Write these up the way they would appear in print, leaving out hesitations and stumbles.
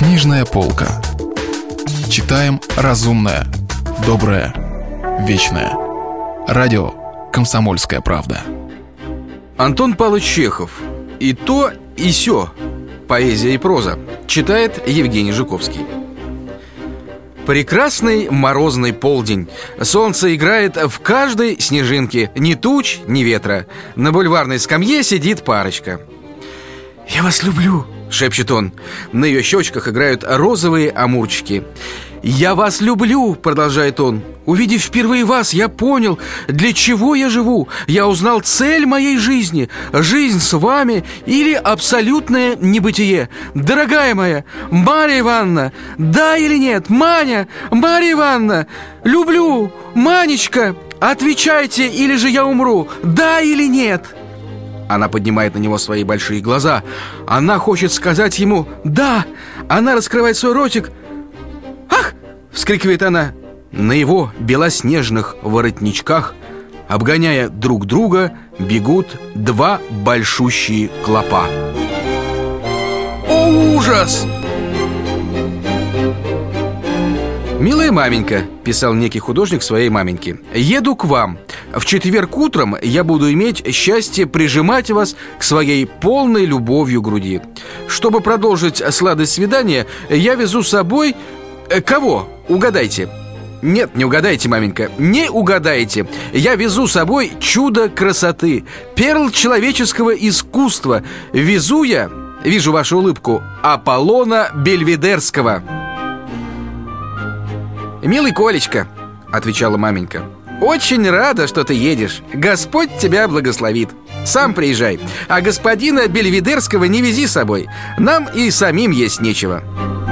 Книжная полка. Читаем разумное, доброе, вечное. Радио «Комсомольская правда». Антон Павлович Чехов. И то, и сё. Поэзия и проза. Читает Евгений Жуковский. Прекрасный морозный полдень. Солнце играет в каждой снежинке. Ни туч, ни ветра. На бульварной скамье сидит парочка. «Я вас люблю», — шепчет он. На ее щечках играют розовые амурчики. «Я вас люблю», — продолжает он. «Увидев впервые вас, я понял, для чего я живу. Я узнал цель моей жизни. Жизнь с вами или абсолютное небытие. Дорогая моя, Марья Ивановна, да или нет? Маня, Марья Ивановна, люблю, Манечка, отвечайте, или же я умру. Да или нет?» Она поднимает на него свои большие глаза. Она хочет сказать ему «да». Она раскрывает свой ротик. «Ах!» — вскрикивает она. На его белоснежных воротничках, обгоняя друг друга, бегут два большущие клопа. О, ужас! «Милая маменька», — писал некий художник своей маменьке, «еду к вам. В четверг утром я буду иметь счастье прижимать вас к своей полной любовью груди. Чтобы продолжить сладость свидания, я везу с собой... Кого? Угадайте». «Нет, не угадаете, маменька, не угадаете. Я везу с собой чудо красоты, перл человеческого искусства. Везу я, вижу вашу улыбку, Аполлона Бельведерского». «Милый Колечка», — отвечала маменька, «очень рада, что ты едешь. Господь тебя благословит. Сам приезжай, а господина Бельведерского не вези с собой. Нам и самим есть нечего».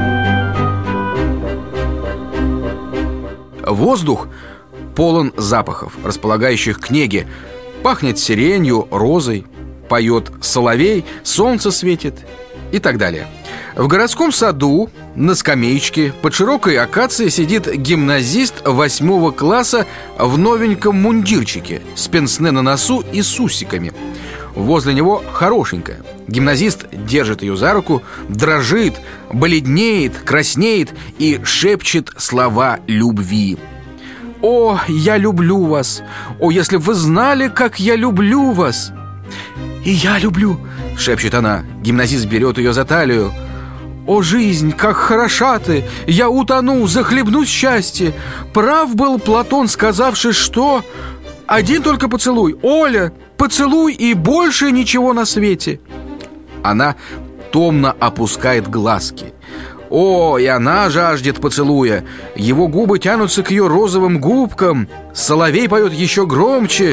Воздух полон запахов, располагающих к неге. Пахнет сиренью, розой, поет соловей, солнце светит и так далее. В городском саду на скамеечке под широкой акацией сидит гимназист 8 класса в новеньком мундирчике с пенсне на носу и с усиками. Возле него хорошенькая. Гимназист держит ее за руку, дрожит, бледнеет, краснеет и шепчет слова любви. «О, я люблю вас! О, если бы вы знали, как я люблю вас!» «И я люблю!» — шепчет она. Гимназист берет ее за талию. «О, жизнь, как хороша ты! Я утону, захлебнусь счастья! Прав был Платон, сказавший, что... Один только поцелуй, Оля, поцелуй и больше ничего на свете!» Она томно опускает глазки. О, и она жаждет поцелуя. Его губы тянутся к ее розовым губкам. Соловей поет еще громче.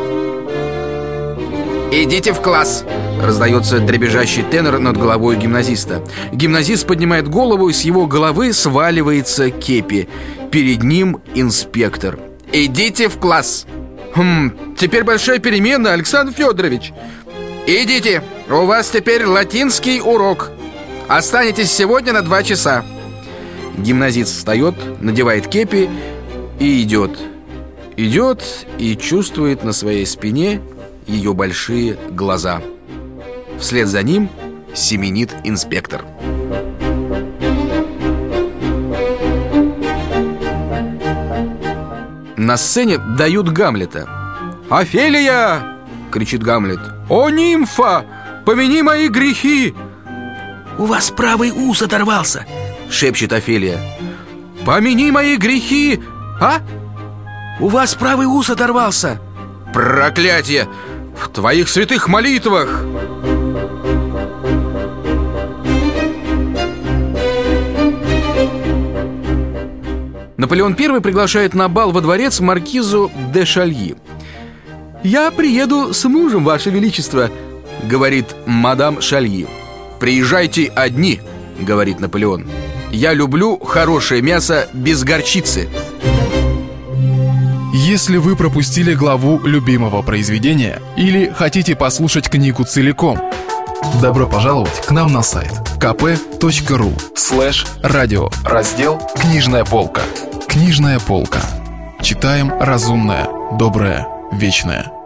«Идите в класс!» — раздается дребезжащий тенор над головой гимназиста. Гимназист поднимает голову, и с его головы сваливается кепи. Перед ним инспектор. «Идите в класс!» «Теперь большая перемена, Александр Федорович!» «Идите, у вас теперь латинский урок. Останетесь сегодня на 2 часа». Гимназист встает, надевает кепи и идет. Идет и чувствует на своей спине ее большие глаза. Вслед за ним семенит инспектор. На сцене дают Гамлета. «Офелия!» — кричит Гамлет. «О, нимфа! Помяни мои грехи!» «У вас правый ус оторвался!» — шепчет Офелия. «Помяни мои грехи!» «А?» «У вас правый ус оторвался!» «Проклятие! В твоих святых молитвах!» Наполеон I приглашает на бал во дворец маркизу де Шальи. «Я приеду с мужем, Ваше Величество», — говорит мадам Шальи. «Приезжайте одни», — говорит Наполеон. «Я люблю хорошее мясо без горчицы». Если вы пропустили главу любимого произведения или хотите послушать книгу целиком, добро пожаловать к нам на сайт kp.ru/радио, раздел «Книжная полка». Книжная полка. Читаем разумное, доброе, вечное.